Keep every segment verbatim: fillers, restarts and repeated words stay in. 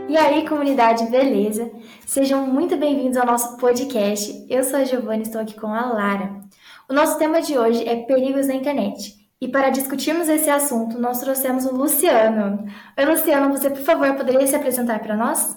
E aí, comunidade, beleza? Sejam muito bem-vindos ao nosso podcast. Eu sou a Giovana e estou aqui com a Lara. O nosso tema de hoje é perigos na internet. E para discutirmos esse assunto, nós trouxemos o Luciano. Oi, Luciano, você, por favor, poderia se apresentar para nós?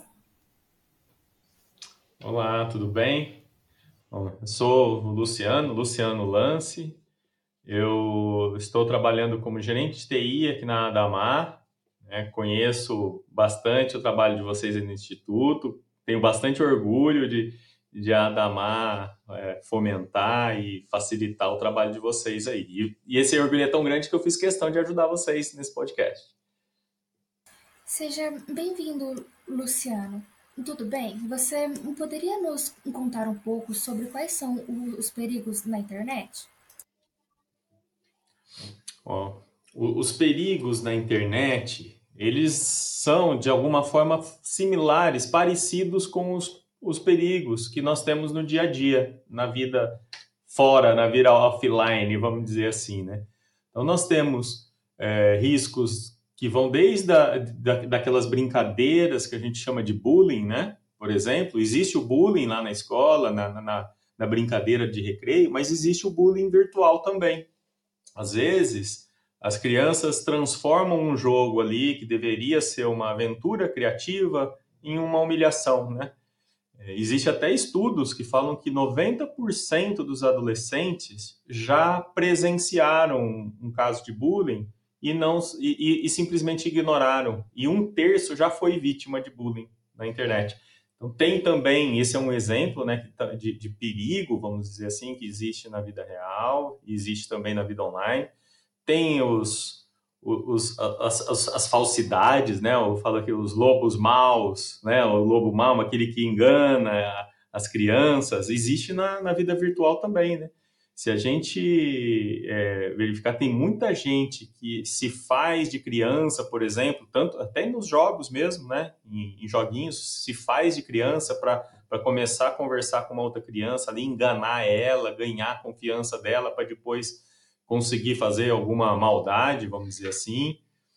Olá, tudo bem? Bom, eu sou o Luciano, Luciano Lance. Eu estou trabalhando como gerente de T I aqui na Adamar, né? Conheço bastante o trabalho de vocês aí no Instituto, tenho bastante orgulho de, de a Adamar é, fomentar e facilitar o trabalho de vocês aí. E, e esse orgulho é tão grande que eu fiz questão de ajudar vocês nesse podcast. Seja bem-vindo, Luciano. Tudo bem? Você poderia nos contar um pouco sobre quais são os perigos na internet? Ó, o- os perigos na internet, eles são, de alguma forma, similares, parecidos com os, os perigos que nós temos no dia a dia, na vida fora, na vida offline, vamos dizer assim, né? Então, nós temos é, riscos que vão desde a, da, daquelas brincadeiras que a gente chama de bullying, né? Por exemplo, existe o bullying lá na escola, na, na, na brincadeira de recreio, mas existe o bullying virtual também. Às vezes, as crianças transformam um jogo ali que deveria ser uma aventura criativa em uma humilhação, né? É, existe até estudos que falam que noventa por cento dos adolescentes já presenciaram um caso de bullying e não e, e, e simplesmente ignoraram. E um terço já foi vítima de bullying na internet. Então tem também, esse é um exemplo, né, de, de perigo, vamos dizer assim, que existe na vida real, existe também na vida online. Tem os, os, as, as, as falsidades, né? Eu falo aqui os lobos maus, né? O lobo mau, aquele que engana as crianças, existe na, na vida virtual também, né? Se a gente é, verificar, tem muita gente que se faz de criança, por exemplo, tanto até nos jogos mesmo, né? Em, em joguinhos, se faz de criança para para começar a conversar com uma outra criança, ali enganar ela, ganhar a confiança dela para depois conseguir fazer alguma maldade, vamos dizer assim.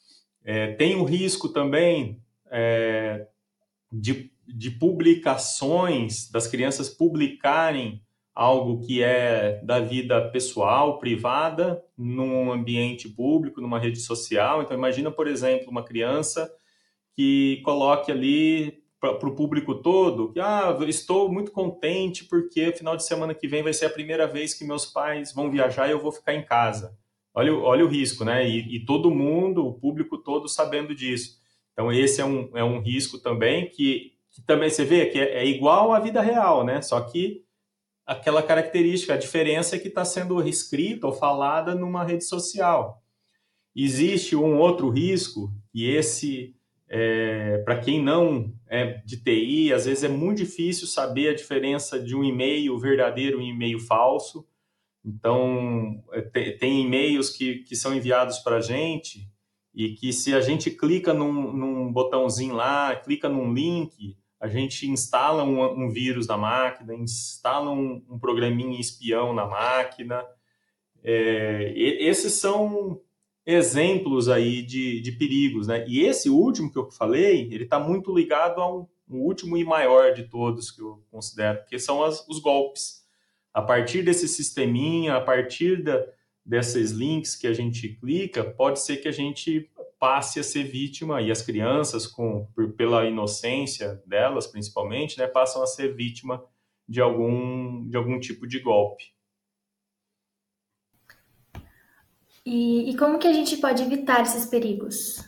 É, tem o risco também é, de, de publicações, das crianças publicarem algo que é da vida pessoal, privada, num ambiente público, numa rede social. Então, imagina, por exemplo, uma criança que coloque ali para o público todo que ah, estou muito contente porque final de semana que vem vai ser a primeira vez que meus pais vão viajar e eu vou ficar em casa. Olha, olha o risco, né? E, e todo mundo, o público todo sabendo disso. Então, esse é um, é um risco também que, que também você vê que é, é igual à vida real, né? Só que aquela característica, a diferença é que está sendo escrita ou falada numa rede social. Existe um outro risco, e esse, é, para quem não é de T I, às vezes é muito difícil saber a diferença de um e-mail verdadeiro e um e-mail falso. Então, é, tem e-mails que, que são enviados para a gente e que se a gente clica num, num botãozinho lá, clica num link, a gente instala um, um vírus na máquina, instala um, um programinha espião na máquina. É, esses são exemplos aí de, de perigos, né? E esse último que eu falei, ele está muito ligado a um, um último e maior de todos que eu considero, que são as, os golpes. A partir desse sisteminha, a partir da, desses links que a gente clica, pode ser que a gente passe a ser vítima, e as crianças, com, por, pela inocência delas, principalmente, né, passam a ser vítima de algum, de algum tipo de golpe. E, e como que a gente pode evitar esses perigos?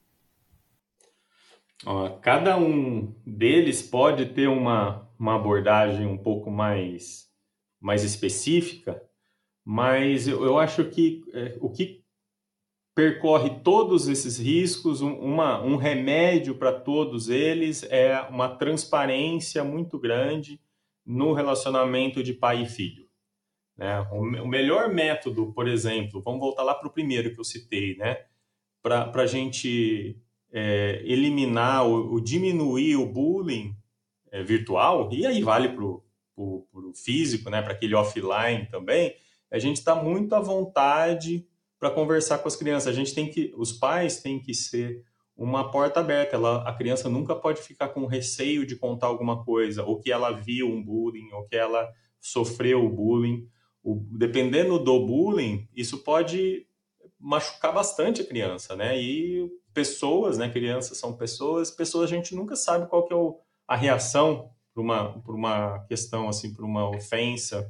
Ó, cada um deles pode ter uma, uma abordagem um pouco mais, mais específica, mas eu, eu acho que é, o que percorre todos esses riscos, um, uma, um remédio para todos eles é uma transparência muito grande no relacionamento de pai e filho. Né? O, o melhor método, por exemplo, vamos voltar lá para o primeiro que eu citei, né? Para a gente é, eliminar ou, ou diminuir o bullying é, virtual, e aí vale para o físico, né, para aquele offline também, a gente está muito à vontade para conversar com as crianças. A gente tem que, os pais têm que ser uma porta aberta. Ela, a criança nunca pode ficar com receio de contar alguma coisa, ou que ela viu um bullying, ou que ela sofreu o bullying. O, dependendo do bullying, isso pode machucar bastante a criança, né? E pessoas, né? Crianças são pessoas, pessoas a gente nunca sabe qual que é o, a reação para uma, por uma questão assim, por uma ofensa.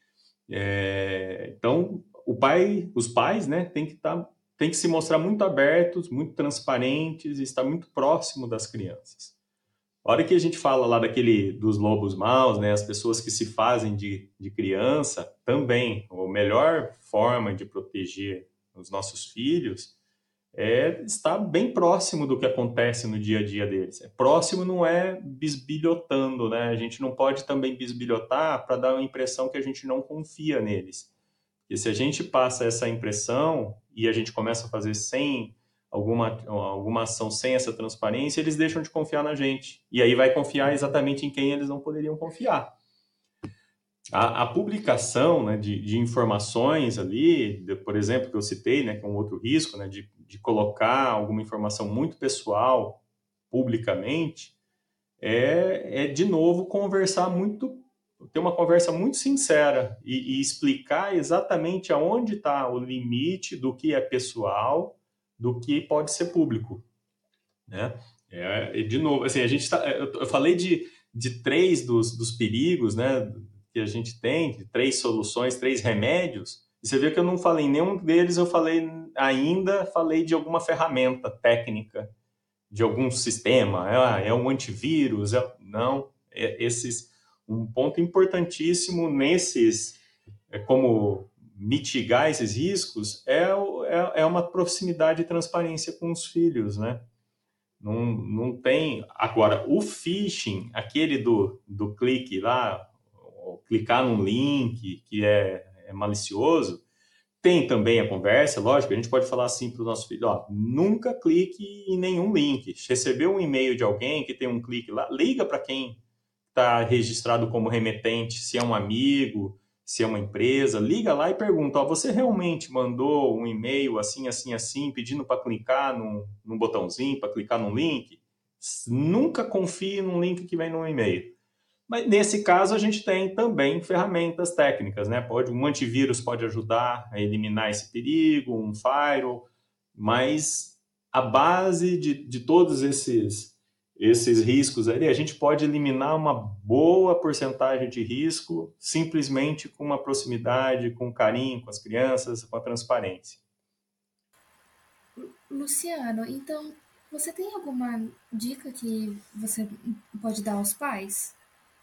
É, então, o pai, os pais, né, tem que estar, tem que se mostrar muito abertos, muito transparentes e estar muito próximo das crianças. A hora que a gente fala lá daquele dos lobos maus, né, as pessoas que se fazem de, de criança, também a melhor forma de proteger os nossos filhos é estar bem próximo do que acontece no dia a dia deles. É, próximo não é bisbilhotando, né? A gente não pode também bisbilhotar para dar a impressão que a gente não confia neles. Porque se a gente passa essa impressão e a gente começa a fazer sem alguma, alguma ação, sem essa transparência, eles deixam de confiar na gente. E aí vai confiar exatamente em quem eles não poderiam confiar. A, a publicação, né, de, de informações ali, de, por exemplo, que eu citei, né, que é um outro risco, né, de, de colocar alguma informação muito pessoal publicamente, é, é, de novo, conversar muito, ter uma conversa muito sincera e, e explicar exatamente aonde está o limite do que é pessoal, do que pode ser público, né? É, de novo, assim, a gente tá, eu, eu falei de, de três dos, dos perigos, né, que a gente tem, de três soluções, três remédios, e você vê que eu não falei em nenhum deles, eu falei ainda, falei de alguma ferramenta técnica, de algum sistema, é, é um antivírus, é, não, é, esses, um ponto importantíssimo nesses, é, como mitigar esses riscos, é, é, é uma proximidade e transparência com os filhos, né? Não, não tem. Agora, o phishing, aquele do, do clique lá, clicar num link que é, é malicioso, tem também a conversa, lógico, a gente pode falar assim para o nosso filho, ó, nunca clique em nenhum link. Recebeu um e-mail de alguém que tem um clique lá, liga para quem está registrado como remetente, se é um amigo, se é uma empresa, liga lá e pergunta, ó, você realmente mandou um e-mail assim, assim, assim, pedindo para clicar num, num botãozinho, para clicar num link? Nunca confie num link que vem num e-mail. Mas nesse caso a gente tem também ferramentas técnicas, né? Pode, um antivírus pode ajudar a eliminar esse perigo, um firewall, mas a base de, de todos esses, esses riscos ali, a gente pode eliminar uma boa porcentagem de risco simplesmente com uma proximidade, com carinho com as crianças, com a transparência. Luciano, então você tem alguma dica que você pode dar aos pais?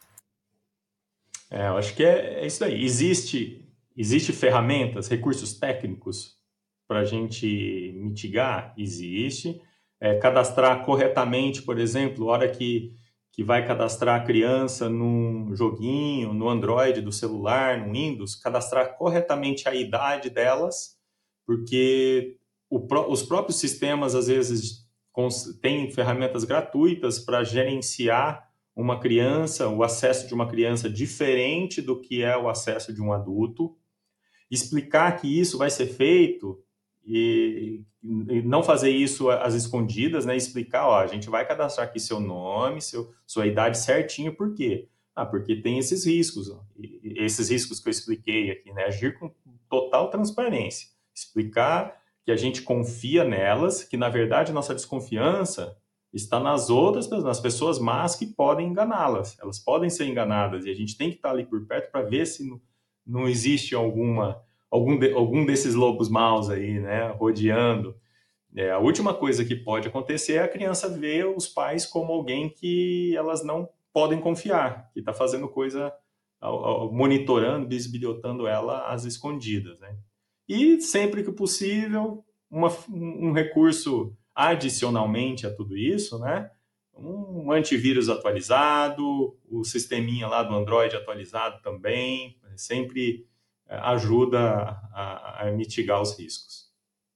É, eu acho que é, é isso aí. Existe, existe ferramentas, recursos técnicos para a gente mitigar? Existe. É, cadastrar corretamente, por exemplo, a hora que, que vai cadastrar a criança num joguinho, no Android do celular, no Windows, cadastrar corretamente a idade delas, porque o, os próprios sistemas, às vezes, têm ferramentas gratuitas para gerenciar uma criança, o acesso de uma criança diferente do que é o acesso de um adulto, explicar que isso vai ser feito e, e não fazer isso às escondidas, né? Explicar, ó, a gente vai cadastrar aqui seu nome, seu, sua idade certinho, por quê? Ah, porque tem esses riscos, ó, esses riscos que eu expliquei aqui, né? Agir com total transparência, explicar que a gente confia nelas, que na verdade nossa desconfiança está nas outras pessoas, nas pessoas más que podem enganá-las. Elas podem ser enganadas e a gente tem que estar ali por perto para ver se não, não existe alguma, algum, de, algum desses lobos maus aí, né, rodeando. É, a última coisa que pode acontecer é a criança ver os pais como alguém que elas não podem confiar, que está fazendo coisa, monitorando, bisbilhotando ela às escondidas, né? E sempre que possível, uma, um recurso adicionalmente a tudo isso, né? Um antivírus atualizado, o sisteminha lá do Android atualizado também, sempre ajuda a, a mitigar os riscos.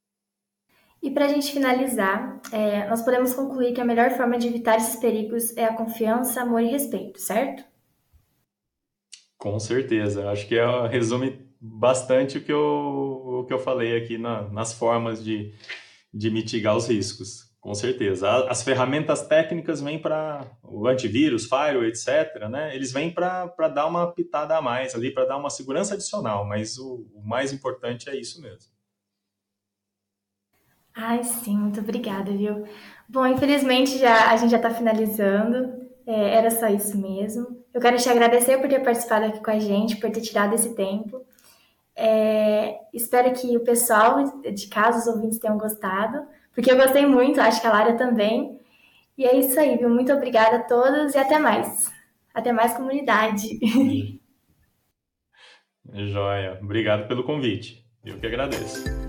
E para a gente finalizar, é, nós podemos concluir que a melhor forma de evitar esses perigos é a confiança, amor e respeito, certo? Com certeza. Acho que é, resume bastante o que eu, o que eu falei aqui na, nas formas de, de mitigar os riscos. Com certeza. A- As ferramentas técnicas vêm para o antivírus, firewall, etcétera, né? Eles vêm para para dar uma pitada a mais ali, para dar uma segurança adicional, mas o, o mais importante é isso mesmo. Ai, sim, muito obrigada, viu? Bom, infelizmente já, a gente já está finalizando. É, era só isso mesmo. Eu quero te agradecer por ter participado aqui com a gente, por ter tirado esse tempo. É, espero que o pessoal de casa, os ouvintes, tenham gostado, porque eu gostei muito, acho que a Lara também. E é isso aí, viu? Muito obrigada a todos e até mais. Até mais, comunidade. Joia. Obrigado pelo convite. Eu que agradeço.